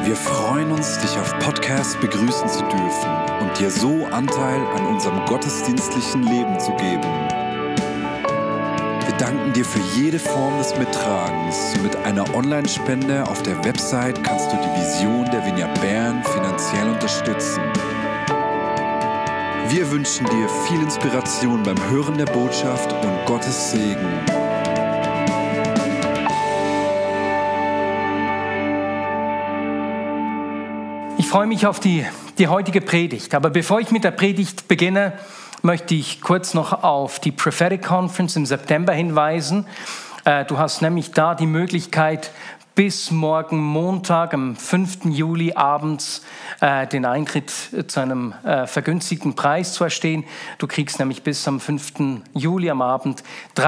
Wir freuen uns, dich auf Podcast begrüßen zu dürfen und dir so Anteil an unserem gottesdienstlichen Leben zu geben. Wir danken dir für jede Form des Mittragens. Mit einer Online-Spende auf der Website kannst du die Vision der Vineyard Bern finanziell unterstützen. Wir wünschen dir viel Inspiration beim Hören der Botschaft und Gottes Segen. Ich freue mich auf die heutige Predigt. Aber bevor ich mit der Predigt beginne, möchte ich kurz noch auf die Prophetic Conference im September hinweisen. Du hast nämlich da die Möglichkeit, bis morgen Montag, am 5. Juli abends, den Eintritt zu einem vergünstigten Preis zu erstehen. Du kriegst nämlich bis am 5. Juli am Abend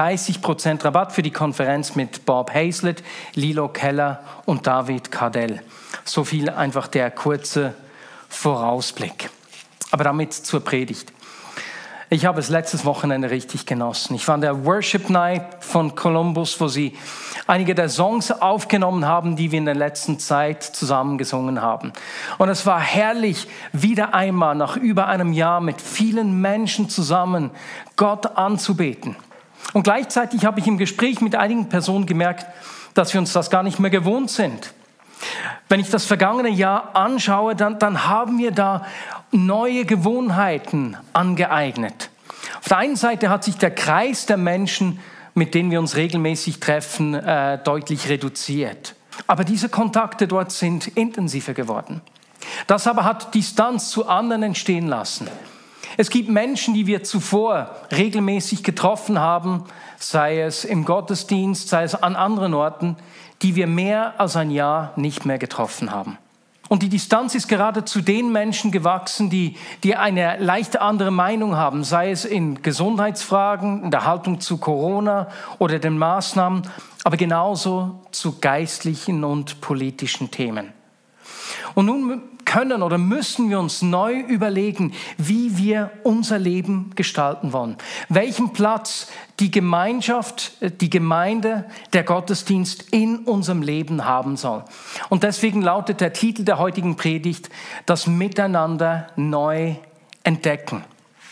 30% Rabatt für die Konferenz mit Bob Hazlett, Lilo Keller und David Kardell. So viel einfach der kurze Vorausblick. Aber damit zur Predigt. Ich habe es letztes Wochenende richtig genossen. Ich war an der Worship Night von Columbus, wo sie einige der Songs aufgenommen haben, die wir in der letzten Zeit zusammen gesungen haben. Und es war herrlich, wieder einmal nach über einem Jahr mit vielen Menschen zusammen Gott anzubeten. Und gleichzeitig habe ich im Gespräch mit einigen Personen gemerkt, dass wir uns das gar nicht mehr gewohnt sind. Wenn ich das vergangene Jahr anschaue, dann haben wir da neue Gewohnheiten angeeignet. Auf der einen Seite hat sich der Kreis der Menschen, mit denen wir uns regelmäßig treffen, deutlich reduziert. Aber diese Kontakte dort sind intensiver geworden. Das aber hat Distanz zu anderen entstehen lassen. Es gibt Menschen, die wir zuvor regelmäßig getroffen haben, sei es im Gottesdienst, sei es an anderen Orten, die wir mehr als ein Jahr nicht mehr getroffen haben. Und die Distanz ist gerade zu den Menschen gewachsen, die eine leicht andere Meinung haben, sei es in Gesundheitsfragen, in der Haltung zu Corona oder den Maßnahmen, aber genauso zu geistlichen und politischen Themen. Und nun können oder müssen wir uns neu überlegen, wie wir unser Leben gestalten wollen. Welchen Platz die Gemeinschaft, die Gemeinde, der Gottesdienst in unserem Leben haben soll. Und deswegen lautet der Titel der heutigen Predigt: Das Miteinander neu entdecken.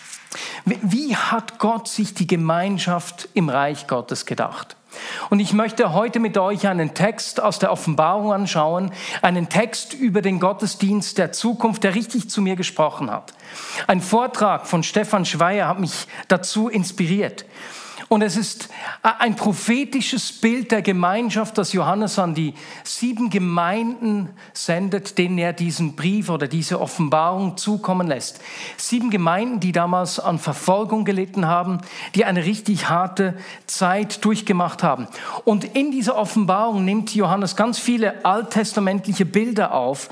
Wie hat Gott sich die Gemeinschaft im Reich Gottes gedacht? Und ich möchte heute mit euch einen Text aus der Offenbarung anschauen, einen Text über den Gottesdienst der Zukunft, der richtig zu mir gesprochen hat. Ein Vortrag von Stefan Schweier hat mich dazu inspiriert. Und es ist ein prophetisches Bild der Gemeinschaft, das Johannes an die 7 Gemeinden sendet, denen er diesen Brief oder diese Offenbarung zukommen lässt. 7 Gemeinden, die damals an Verfolgung gelitten haben, die eine richtig harte Zeit durchgemacht haben. Und in dieser Offenbarung nimmt Johannes ganz viele alttestamentliche Bilder auf,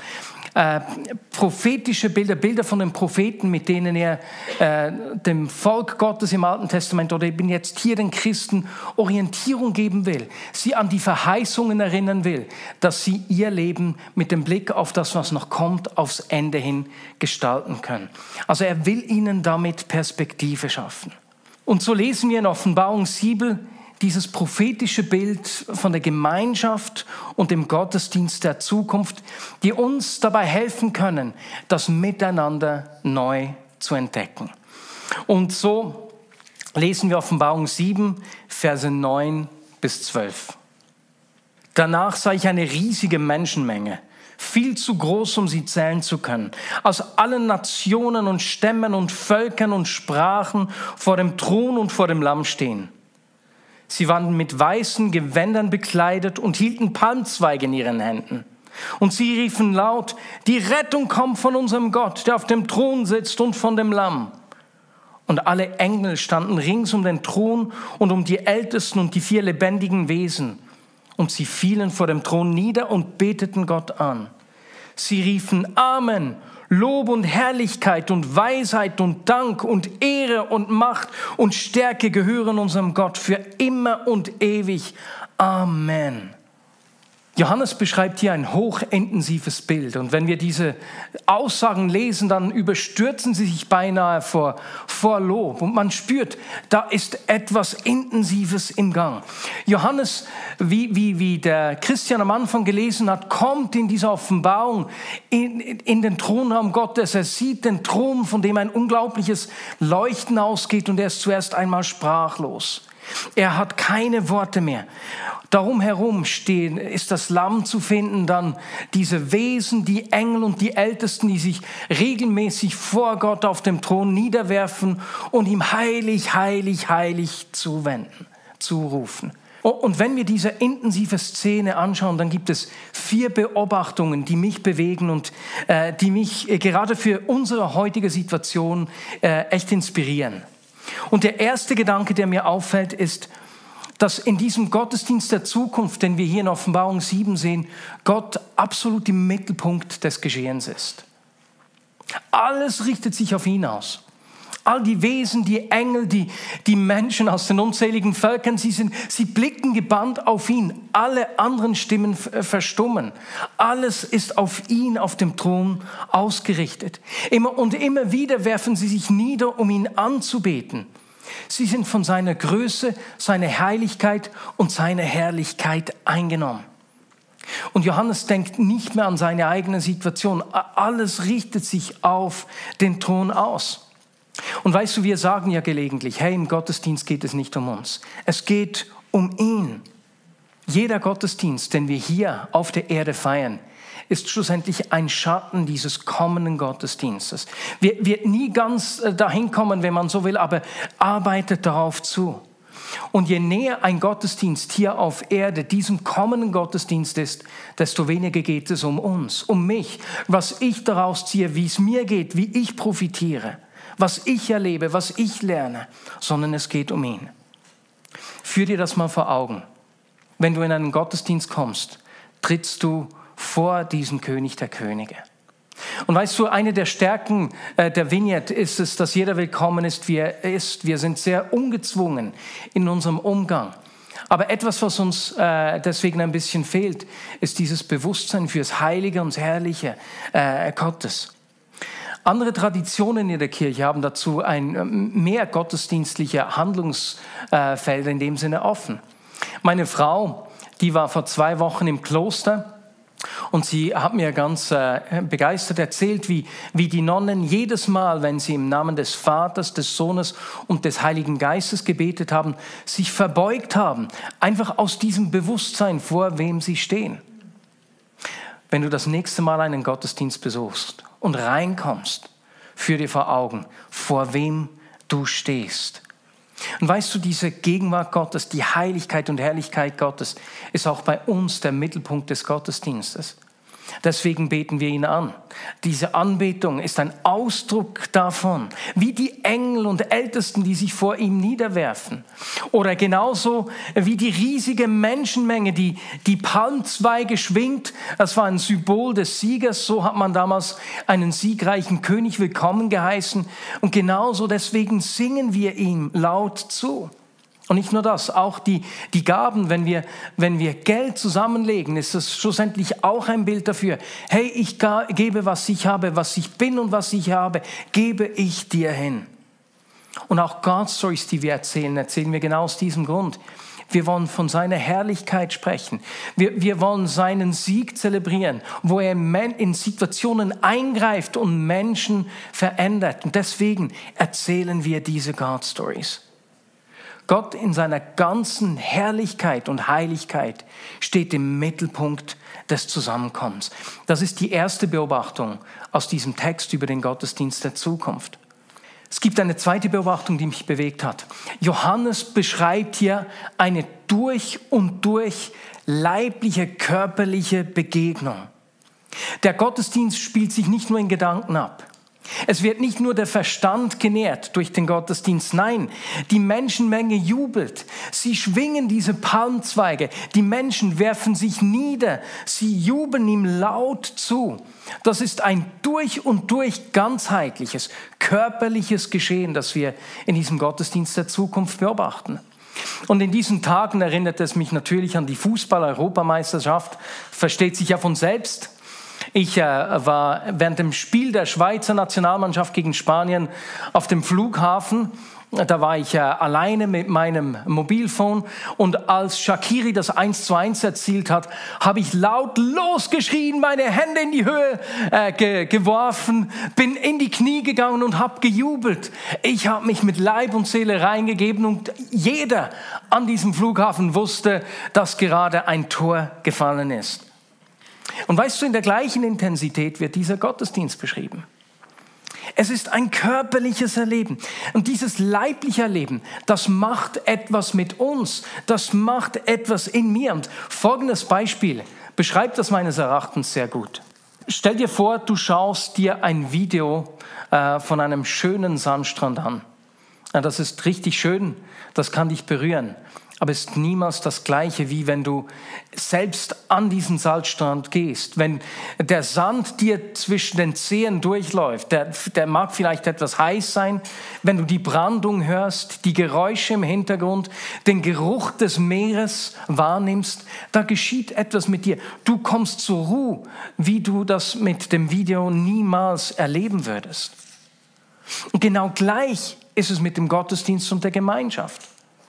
prophetische Bilder, Bilder von den Propheten, mit denen er dem Volk Gottes im Alten Testament oder eben jetzt hier den Christen Orientierung geben will, sie an die Verheißungen erinnern will, dass sie ihr Leben mit dem Blick auf das, was noch kommt, aufs Ende hin gestalten können. Also er will ihnen damit Perspektive schaffen. Und so lesen wir in Offenbarung 7 dieses prophetische Bild von der Gemeinschaft und dem Gottesdienst der Zukunft, die uns dabei helfen können, das Miteinander neu zu entdecken. Und so lesen wir Offenbarung 7, Verse 9 bis 12. Danach sah ich eine riesige Menschenmenge, viel zu groß, um sie zählen zu können, aus allen Nationen und Stämmen und Völkern und Sprachen vor dem Thron und vor dem Lamm stehen. Sie waren mit weißen Gewändern bekleidet und hielten Palmzweige in ihren Händen. Und sie riefen laut: Die Rettung kommt von unserem Gott, der auf dem Thron sitzt, und von dem Lamm. Und alle Engel standen rings um den Thron und um die Ältesten und die 4 lebendigen Wesen. Und sie fielen vor dem Thron nieder und beteten Gott an. Sie riefen: Amen. Lob und Herrlichkeit und Weisheit und Dank und Ehre und Macht und Stärke gehören unserem Gott für immer und ewig. Amen. Johannes beschreibt hier ein hochintensives Bild. Und wenn wir diese Aussagen lesen, dann überstürzen sie sich beinahe vor Lob. Und man spürt, da ist etwas Intensives im Gang. Johannes, wie der Christian am Anfang gelesen hat, kommt in dieser Offenbarung in den Thronraum Gottes. Er sieht den Thron, von dem ein unglaubliches Leuchten ausgeht, und er ist zuerst einmal sprachlos. Er hat keine Worte mehr. Darum herum stehen, ist das Lamm zu finden, dann diese Wesen, die Engel und die Ältesten, die sich regelmäßig vor Gott auf dem Thron niederwerfen und ihm heilig, heilig, heilig zurufen. Und wenn wir diese intensive Szene anschauen, dann gibt es 4 Beobachtungen, die mich bewegen und die mich gerade für unsere heutige Situation echt inspirieren. Und der erste Gedanke, der mir auffällt, ist, dass in diesem Gottesdienst der Zukunft, den wir hier in Offenbarung 7 sehen, Gott absolut im Mittelpunkt des Geschehens ist. Alles richtet sich auf ihn aus. All die Wesen, die Engel, die Menschen aus den unzähligen Völkern, sie blicken gebannt auf ihn. Alle anderen Stimmen verstummen. Alles ist auf ihn, auf dem Thron ausgerichtet. Immer und immer wieder werfen sie sich nieder, um ihn anzubeten. Sie sind von seiner Größe, seiner Heiligkeit und seiner Herrlichkeit eingenommen. Und Johannes denkt nicht mehr an seine eigene Situation. Alles richtet sich auf den Thron aus. Und weißt du, wir sagen ja gelegentlich, hey, im Gottesdienst geht es nicht um uns. Es geht um ihn. Jeder Gottesdienst, den wir hier auf der Erde feiern, ist schlussendlich ein Schatten dieses kommenden Gottesdienstes. Wird nie ganz dahin kommen, wenn man so will, aber arbeitet darauf zu. Und je näher ein Gottesdienst hier auf Erde diesem kommenden Gottesdienst ist, desto weniger geht es um uns, um mich, was ich daraus ziehe, wie es mir geht, wie ich profitiere, was ich erlebe, was ich lerne, sondern es geht um ihn. Führ dir das mal vor Augen. Wenn du in einen Gottesdienst kommst, trittst du vor diesen König der Könige. Und weißt du, eine der Stärken der Vignette ist es, dass jeder willkommen ist, wie er ist. Wir sind sehr ungezwungen in unserem Umgang. Aber etwas, was uns deswegen ein bisschen fehlt, ist dieses Bewusstsein für das Heilige und das Herrliche Gottes. Andere Traditionen in der Kirche haben dazu ein mehr gottesdienstliche Handlungsfelder in dem Sinne offen. Meine Frau, die war vor 2 Wochen im Kloster. Und sie hat mir ganz begeistert erzählt, wie die Nonnen jedes Mal, wenn sie im Namen des Vaters, des Sohnes und des Heiligen Geistes gebetet haben, sich verbeugt haben, einfach aus diesem Bewusstsein, vor wem sie stehen. Wenn du das nächste Mal einen Gottesdienst besuchst und reinkommst, führ dir vor Augen, vor wem du stehst. Und weißt du, diese Gegenwart Gottes, die Heiligkeit und Herrlichkeit Gottes ist auch bei uns der Mittelpunkt des Gottesdienstes. Deswegen beten wir ihn an. Diese Anbetung ist ein Ausdruck davon, wie die Engel und Ältesten, die sich vor ihm niederwerfen. Oder genauso wie die riesige Menschenmenge, die Palmzweige schwingt. Das war ein Symbol des Siegers. So hat man damals einen siegreichen König willkommen geheißen. Und genauso deswegen singen wir ihm laut zu. Und nicht nur das, auch die Gaben, wenn wir Geld zusammenlegen, ist das schlussendlich auch ein Bild dafür. Hey, ich gebe, was ich habe, was ich bin und was ich habe, gebe ich dir hin. Und auch God-Stories, die wir erzählen wir genau aus diesem Grund. Wir wollen von seiner Herrlichkeit sprechen. Wir wollen seinen Sieg zelebrieren, wo er in Situationen eingreift und Menschen verändert. Und deswegen erzählen wir diese God-Stories. Gott in seiner ganzen Herrlichkeit und Heiligkeit steht im Mittelpunkt des Zusammenkommens. Das ist die erste Beobachtung aus diesem Text über den Gottesdienst der Zukunft. Es gibt eine zweite Beobachtung, die mich bewegt hat. Johannes beschreibt hier eine durch und durch leibliche, körperliche Begegnung. Der Gottesdienst spielt sich nicht nur in Gedanken ab. Es wird nicht nur der Verstand genährt durch den Gottesdienst, nein, die Menschenmenge jubelt. Sie schwingen diese Palmzweige, die Menschen werfen sich nieder, sie jubeln ihm laut zu. Das ist ein durch und durch ganzheitliches, körperliches Geschehen, das wir in diesem Gottesdienst der Zukunft beobachten. Und in diesen Tagen erinnert es mich natürlich an die Fußball-Europameisterschaft, versteht sich ja von selbst. Ich war während dem Spiel der Schweizer Nationalmannschaft gegen Spanien auf dem Flughafen. Da war ich alleine mit meinem Mobilphone und als Shaqiri das 1:1 erzielt hat, habe ich laut losgeschrien, meine Hände in die Höhe geworfen, bin in die Knie gegangen und habe gejubelt. Ich habe mich mit Leib und Seele reingegeben und jeder an diesem Flughafen wusste, dass gerade ein Tor gefallen ist. Und weißt du, in der gleichen Intensität wird dieser Gottesdienst beschrieben. Es ist ein körperliches Erleben. Und dieses leibliche Erleben, das macht etwas mit uns. Das macht etwas in mir. Und folgendes Beispiel beschreibt das meines Erachtens sehr gut. Stell dir vor, du schaust dir ein Video von einem schönen Sandstrand an. Das ist richtig schön, das kann dich berühren. Aber es ist niemals das Gleiche, wie wenn du selbst an diesen Salzstrand gehst. Wenn der Sand dir zwischen den Zehen durchläuft, der mag vielleicht etwas heiß sein. Wenn du die Brandung hörst, die Geräusche im Hintergrund, den Geruch des Meeres wahrnimmst, da geschieht etwas mit dir. Du kommst zur Ruhe, wie du das mit dem Video niemals erleben würdest. Und genau gleich ist es mit dem Gottesdienst und der Gemeinschaft.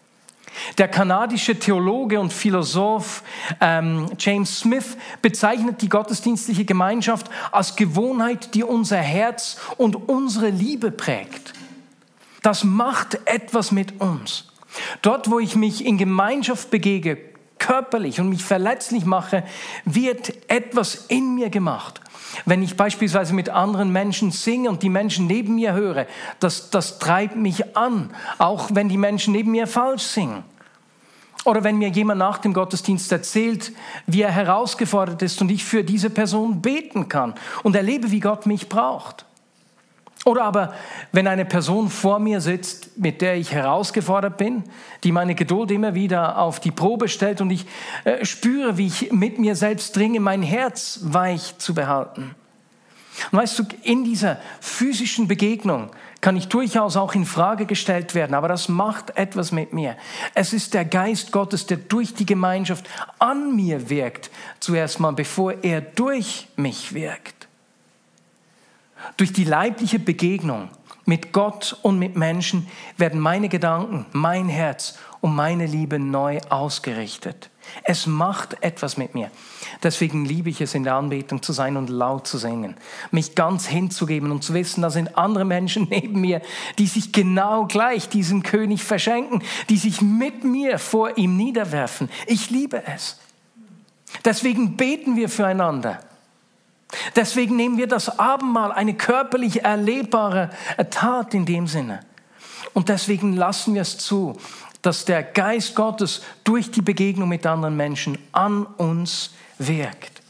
Der kanadische Theologe und Philosoph James Smith bezeichnet die gottesdienstliche Gemeinschaft als Gewohnheit, die unser Herz und unsere Liebe prägt. Das macht etwas mit uns. Dort, wo ich mich in Gemeinschaft begegne, körperlich und mich verletzlich mache, wird etwas in mir gemacht. Wenn ich beispielsweise mit anderen Menschen singe und die Menschen neben mir höre, das treibt mich an, auch wenn die Menschen neben mir falsch singen. Oder wenn mir jemand nach dem Gottesdienst erzählt, wie er herausgefordert ist und ich für diese Person beten kann und erlebe, wie Gott mich braucht. Oder aber, wenn eine Person vor mir sitzt, mit der ich herausgefordert bin, die meine Geduld immer wieder auf die Probe stellt und ich spüre, wie ich mit mir selbst dringe, mein Herz weich zu behalten. Und weißt du, in dieser physischen Begegnung kann ich durchaus auch in Frage gestellt werden, aber das macht etwas mit mir. Es ist der Geist Gottes, der durch die Gemeinschaft an mir wirkt, zuerst mal, bevor er durch mich wirkt. Durch die leibliche Begegnung mit Gott und mit Menschen werden meine Gedanken, mein Herz und meine Liebe neu ausgerichtet. Es macht etwas mit mir. Deswegen liebe ich es, in der Anbetung zu sein und laut zu singen. Mich ganz hinzugeben und zu wissen, da sind andere Menschen neben mir, die sich genau gleich diesem König verschenken, die sich mit mir vor ihm niederwerfen. Ich liebe es. Deswegen beten wir füreinander. Deswegen nehmen wir das Abendmahl, eine körperlich erlebbare Tat in dem Sinne. Und deswegen lassen wir es zu, dass der Geist Gottes durch die Begegnung mit anderen Menschen an uns wirkt.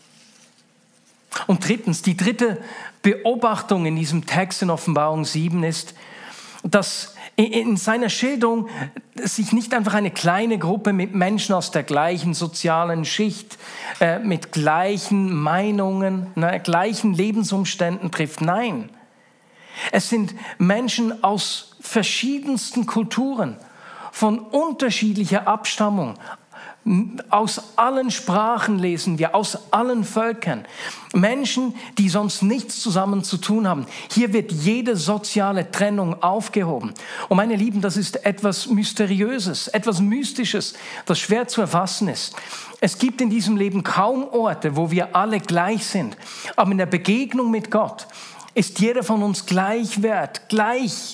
Und drittens, die dritte Beobachtung in diesem Text in Offenbarung 7 ist, dass in seiner Schilderung sich nicht einfach eine kleine Gruppe mit Menschen aus der gleichen sozialen Schicht, mit gleichen Meinungen, gleichen Lebensumständen trifft. Nein, es sind Menschen aus verschiedensten Kulturen, von unterschiedlicher Abstammung. Aus allen Sprachen lesen wir, aus allen Völkern. Menschen, die sonst nichts zusammen zu tun haben. Hier wird jede soziale Trennung aufgehoben. Und meine Lieben, das ist etwas Mysteriöses, etwas Mystisches, das schwer zu erfassen ist. Es gibt in diesem Leben kaum Orte, wo wir alle gleich sind. Aber in der Begegnung mit Gott ist jeder von uns gleichwertig.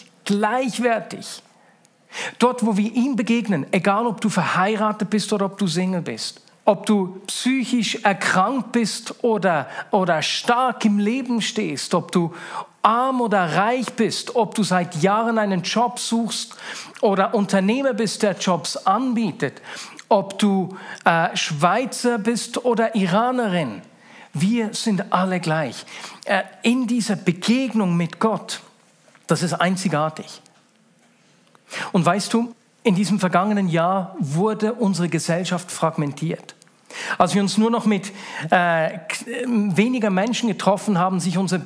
Dort, wo wir ihm begegnen, egal ob du verheiratet bist oder ob du Single bist, ob du psychisch erkrankt bist oder stark im Leben stehst, ob du arm oder reich bist, ob du seit Jahren einen Job suchst oder Unternehmer bist, der Jobs anbietet, ob du Schweizer bist oder Iranerin. Wir sind alle gleich. In dieser Begegnung mit Gott, das ist einzigartig. Und weißt du, in diesem vergangenen Jahr wurde unsere Gesellschaft fragmentiert. Als wir uns nur noch mit weniger Menschen getroffen haben, sich unser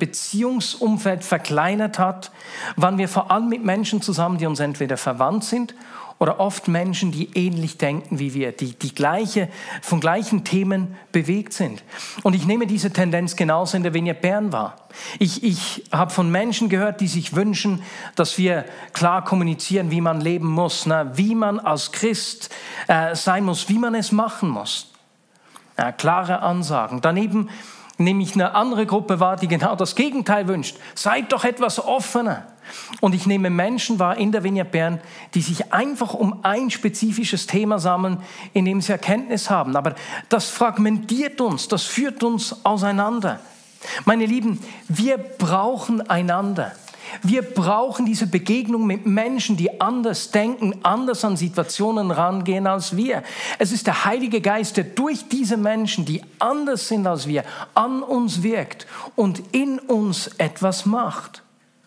Beziehungsumfeld verkleinert hat, waren wir vor allem mit Menschen zusammen, die uns entweder verwandt sind oder oft Menschen, die ähnlich denken wie wir, die von gleichen Themen bewegt sind. Und ich nehme diese Tendenz genauso in der Vineyard Bern wahr. Ich habe von Menschen gehört, die sich wünschen, dass wir klar kommunizieren, wie man leben muss, wie man als Christ sein muss, wie man es machen muss. Klare Ansagen. Daneben nehme ich eine andere Gruppe wahr, die genau das Gegenteil wünscht. Seid doch etwas offener. Und ich nehme Menschen wahr in der Vineyard Bern, die sich einfach um ein spezifisches Thema sammeln, in dem sie Erkenntnis haben. Aber das fragmentiert uns, das führt uns auseinander. Meine Lieben, wir brauchen einander. Wir brauchen diese Begegnung mit Menschen, die anders denken, anders an Situationen rangehen als wir. Es ist der Heilige Geist, der durch diese Menschen, die anders sind als wir, an uns wirkt und in uns etwas macht.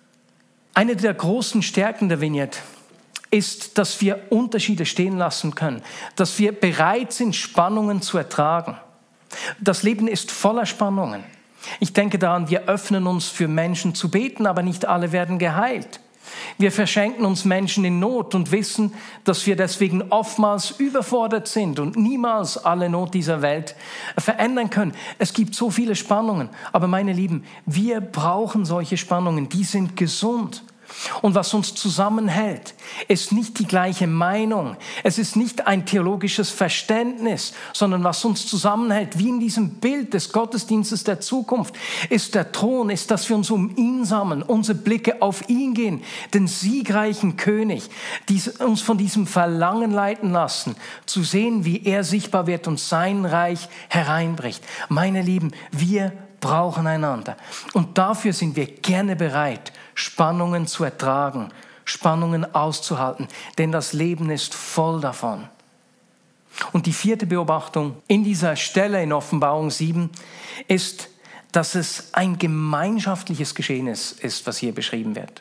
Eine der großen Stärken der Vineyard ist, dass wir Unterschiede stehen lassen können, dass wir bereit sind, Spannungen zu ertragen. Das Leben ist voller Spannungen. Ich denke daran, wir öffnen uns für Menschen zu beten, aber nicht alle werden geheilt. Wir verschenken uns Menschen in Not und wissen, dass wir deswegen oftmals überfordert sind und niemals alle Not dieser Welt verändern können. Es gibt so viele Spannungen, aber meine Lieben, wir brauchen solche Spannungen, die sind gesund. Und was uns zusammenhält, ist nicht die gleiche Meinung, es ist nicht ein theologisches Verständnis, sondern was uns zusammenhält, wie in diesem Bild des Gottesdienstes der Zukunft, ist der Thron, ist, dass wir uns um ihn sammeln, unsere Blicke auf ihn gehen, den siegreichen König, die uns von diesem Verlangen leiten lassen, zu sehen, wie er sichtbar wird und sein Reich hereinbricht. Meine Lieben, wir brauchen einander. Und dafür sind wir gerne bereit, Spannungen zu ertragen, Spannungen auszuhalten, denn das Leben ist voll davon. Und die vierte Beobachtung in dieser Stelle in Offenbarung 7 ist, dass es ein gemeinschaftliches Geschehen ist, was hier beschrieben wird.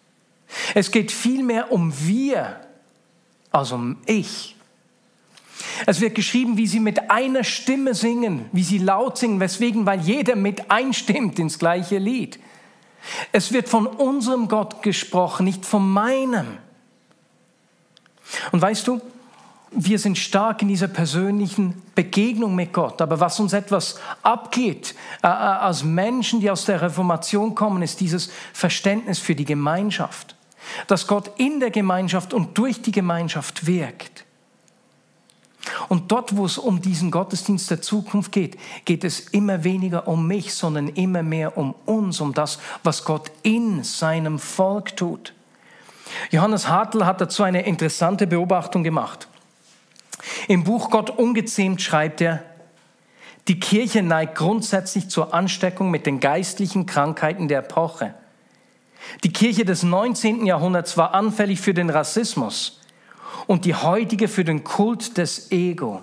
Es geht vielmehr um wir als um ich. Es wird geschrieben, wie sie mit einer Stimme singen, wie sie laut singen, weswegen, weil jeder mit einstimmt ins gleiche Lied. Es wird von unserem Gott gesprochen, nicht von meinem. Und weißt du, wir sind stark in dieser persönlichen Begegnung mit Gott. Aber was uns etwas abgeht, als Menschen, die aus der Reformation kommen, ist dieses Verständnis für die Gemeinschaft. Dass Gott in der Gemeinschaft und durch die Gemeinschaft wirkt. Und dort, wo es um diesen Gottesdienst der Zukunft geht, geht es immer weniger um mich, sondern immer mehr um uns, um das, was Gott in seinem Volk tut. Johannes Hartl hat dazu eine interessante Beobachtung gemacht. Im Buch Gott ungezähmt schreibt er, die Kirche neigt grundsätzlich zur Ansteckung mit den geistlichen Krankheiten der Epoche. Die Kirche des 19. Jahrhunderts war anfällig für den Rassismus und die heutige für den Kult des Ego.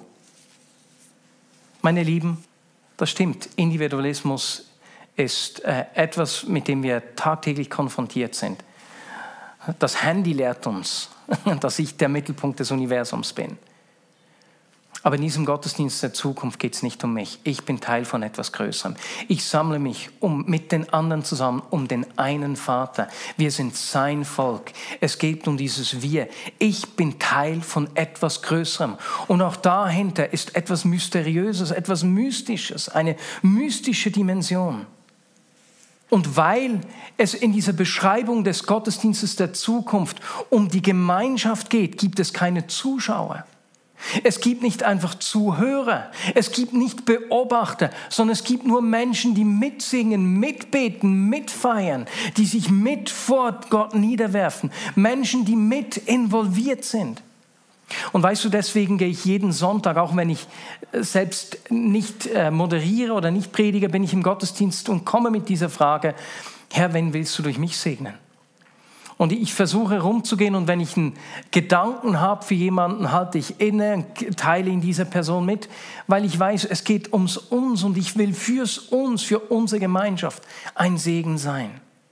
Meine Lieben, das stimmt. Individualismus ist etwas, mit dem wir tagtäglich konfrontiert sind. Das Handy lehrt uns, dass ich der Mittelpunkt des Universums bin. Aber in diesem Gottesdienst der Zukunft geht es nicht um mich. Ich bin Teil von etwas Größerem. Ich sammle mich mit den anderen zusammen um den einen Vater. Wir sind sein Volk. Es geht um dieses Wir. Ich bin Teil von etwas Größerem. Und auch dahinter ist etwas Mysteriöses, etwas Mystisches, eine mystische Dimension. Und weil es in dieser Beschreibung des Gottesdienstes der Zukunft um die Gemeinschaft geht, gibt es keine Zuschauer. Es gibt nicht einfach Zuhörer, es gibt nicht Beobachter, sondern es gibt nur Menschen, die mitsingen, mitbeten, mitfeiern, die sich mit vor Gott niederwerfen. Menschen, die mit involviert sind. Und weißt du, deswegen gehe ich jeden Sonntag, auch wenn ich selbst nicht moderiere oder nicht predige, bin ich im Gottesdienst und komme mit dieser Frage, Herr, wen willst du durch mich segnen? Und ich versuche rumzugehen und wenn ich einen Gedanken habe für jemanden, halte ich inne und teile ihn dieser Person mit, weil ich weiß, es geht ums uns und ich will für unsere Gemeinschaft ein Segen sein.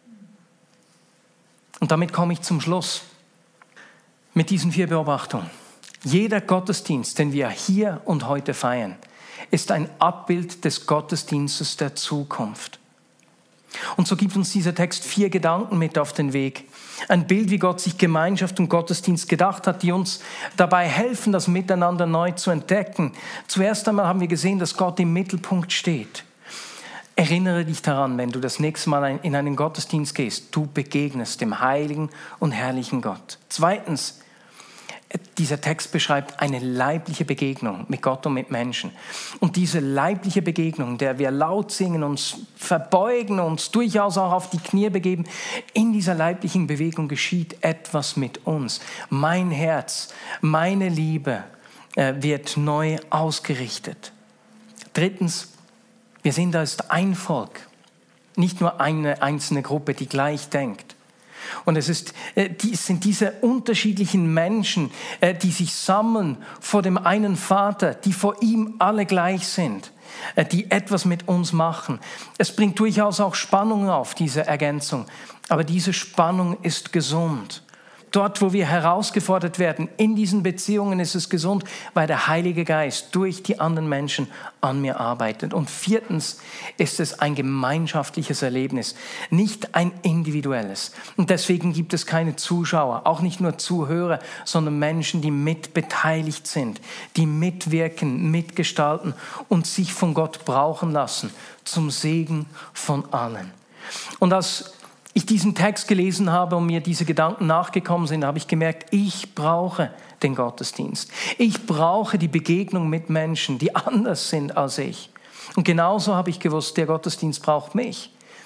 Und damit komme ich zum Schluss mit diesen 4 Beobachtungen. Jeder Gottesdienst, den wir hier und heute feiern, ist ein Abbild des Gottesdienstes der Zukunft. Und so gibt uns dieser Text 4 Gedanken mit auf den Weg, Ein Bild, wie Gott sich Gemeinschaft und Gottesdienst gedacht hat, die uns dabei helfen, das Miteinander neu zu entdecken. Zuerst einmal haben wir gesehen, dass Gott im Mittelpunkt steht. Erinnere dich daran, wenn du das nächste Mal in einen Gottesdienst gehst, du begegnest dem heiligen und herrlichen Gott. Zweitens, dieser Text beschreibt eine leibliche Begegnung mit Gott und mit Menschen. Und diese leibliche Begegnung, der wir laut singen, uns verbeugen, uns durchaus auch auf die Knie begeben, in dieser leiblichen Bewegung geschieht etwas mit uns. Mein Herz, meine Liebe wird neu ausgerichtet. Drittens, wir sehen, da ist ein Volk, nicht nur eine einzelne Gruppe, die gleich denkt. Und es sind diese unterschiedlichen Menschen, die sich sammeln vor dem einen Vater, die vor ihm alle gleich sind, die etwas mit uns machen. Es bringt durchaus auch Spannung auf, diese Ergänzung. Aber diese Spannung ist gesund. Dort, wo wir herausgefordert werden, in diesen Beziehungen ist es gesund, weil der Heilige Geist durch die anderen Menschen an mir arbeitet. Und viertens ist es ein gemeinschaftliches Erlebnis, nicht ein individuelles. Und deswegen gibt es keine Zuschauer, auch nicht nur Zuhörer, sondern Menschen, die mitbeteiligt sind, die mitwirken, mitgestalten und sich von Gott brauchen lassen, zum Segen von allen. Und als ich diesen Text gelesen habe und mir diese Gedanken nachgekommen sind, habe ich gemerkt, ich brauche den Gottesdienst. Ich brauche die Begegnung mit Menschen, die anders sind als ich. Und genauso habe ich gewusst, der Gottesdienst braucht mich.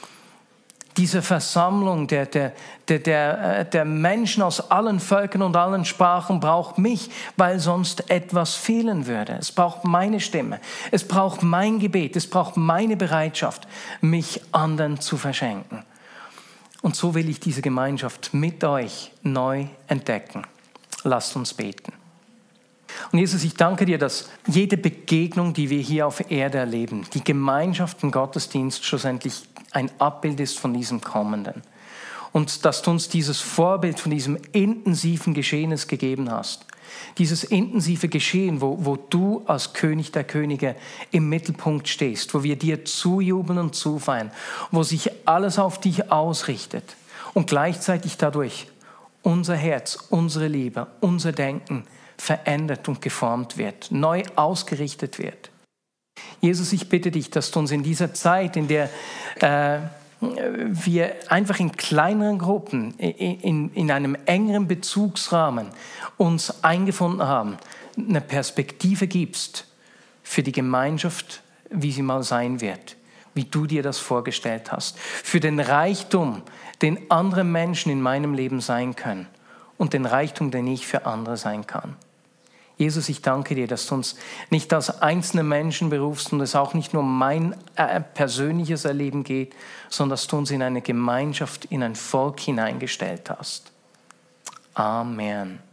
Diese Versammlung der Menschen aus allen Völkern und allen Sprachen braucht mich, weil sonst etwas fehlen würde. Es braucht meine Stimme, es braucht mein Gebet, es braucht meine Bereitschaft, mich anderen zu verschenken. Und so will ich diese Gemeinschaft mit euch neu entdecken. Lasst uns beten. Und Jesus, ich danke dir, dass jede Begegnung, die wir hier auf Erde erleben, die Gemeinschaft im Gottesdienst schlussendlich ein Abbild ist von diesem Kommenden. Und dass du uns dieses Vorbild von diesem intensiven Geschehnis gegeben hast. Dieses intensive Geschehen, wo du als König der Könige im Mittelpunkt stehst, wo wir dir zujubeln und zufeiern, wo sich alles auf dich ausrichtet und gleichzeitig dadurch unser Herz, unsere Liebe, unser Denken verändert und geformt wird, neu ausgerichtet wird. Jesus, ich bitte dich, dass du uns in dieser Zeit, in der wir einfach in kleineren Gruppen, in einem engeren Bezugsrahmen uns eingefunden haben, eine Perspektive gibst für die Gemeinschaft, wie sie mal sein wird, wie du dir das vorgestellt hast, für den Reichtum, den andere Menschen in meinem Leben sein können und den Reichtum, den ich für andere sein kann. Jesus, ich danke dir, dass du uns nicht als einzelne Menschen berufst und es auch nicht nur um mein persönliches Erleben geht, sondern dass du uns in eine Gemeinschaft, in ein Volk hineingestellt hast. Amen.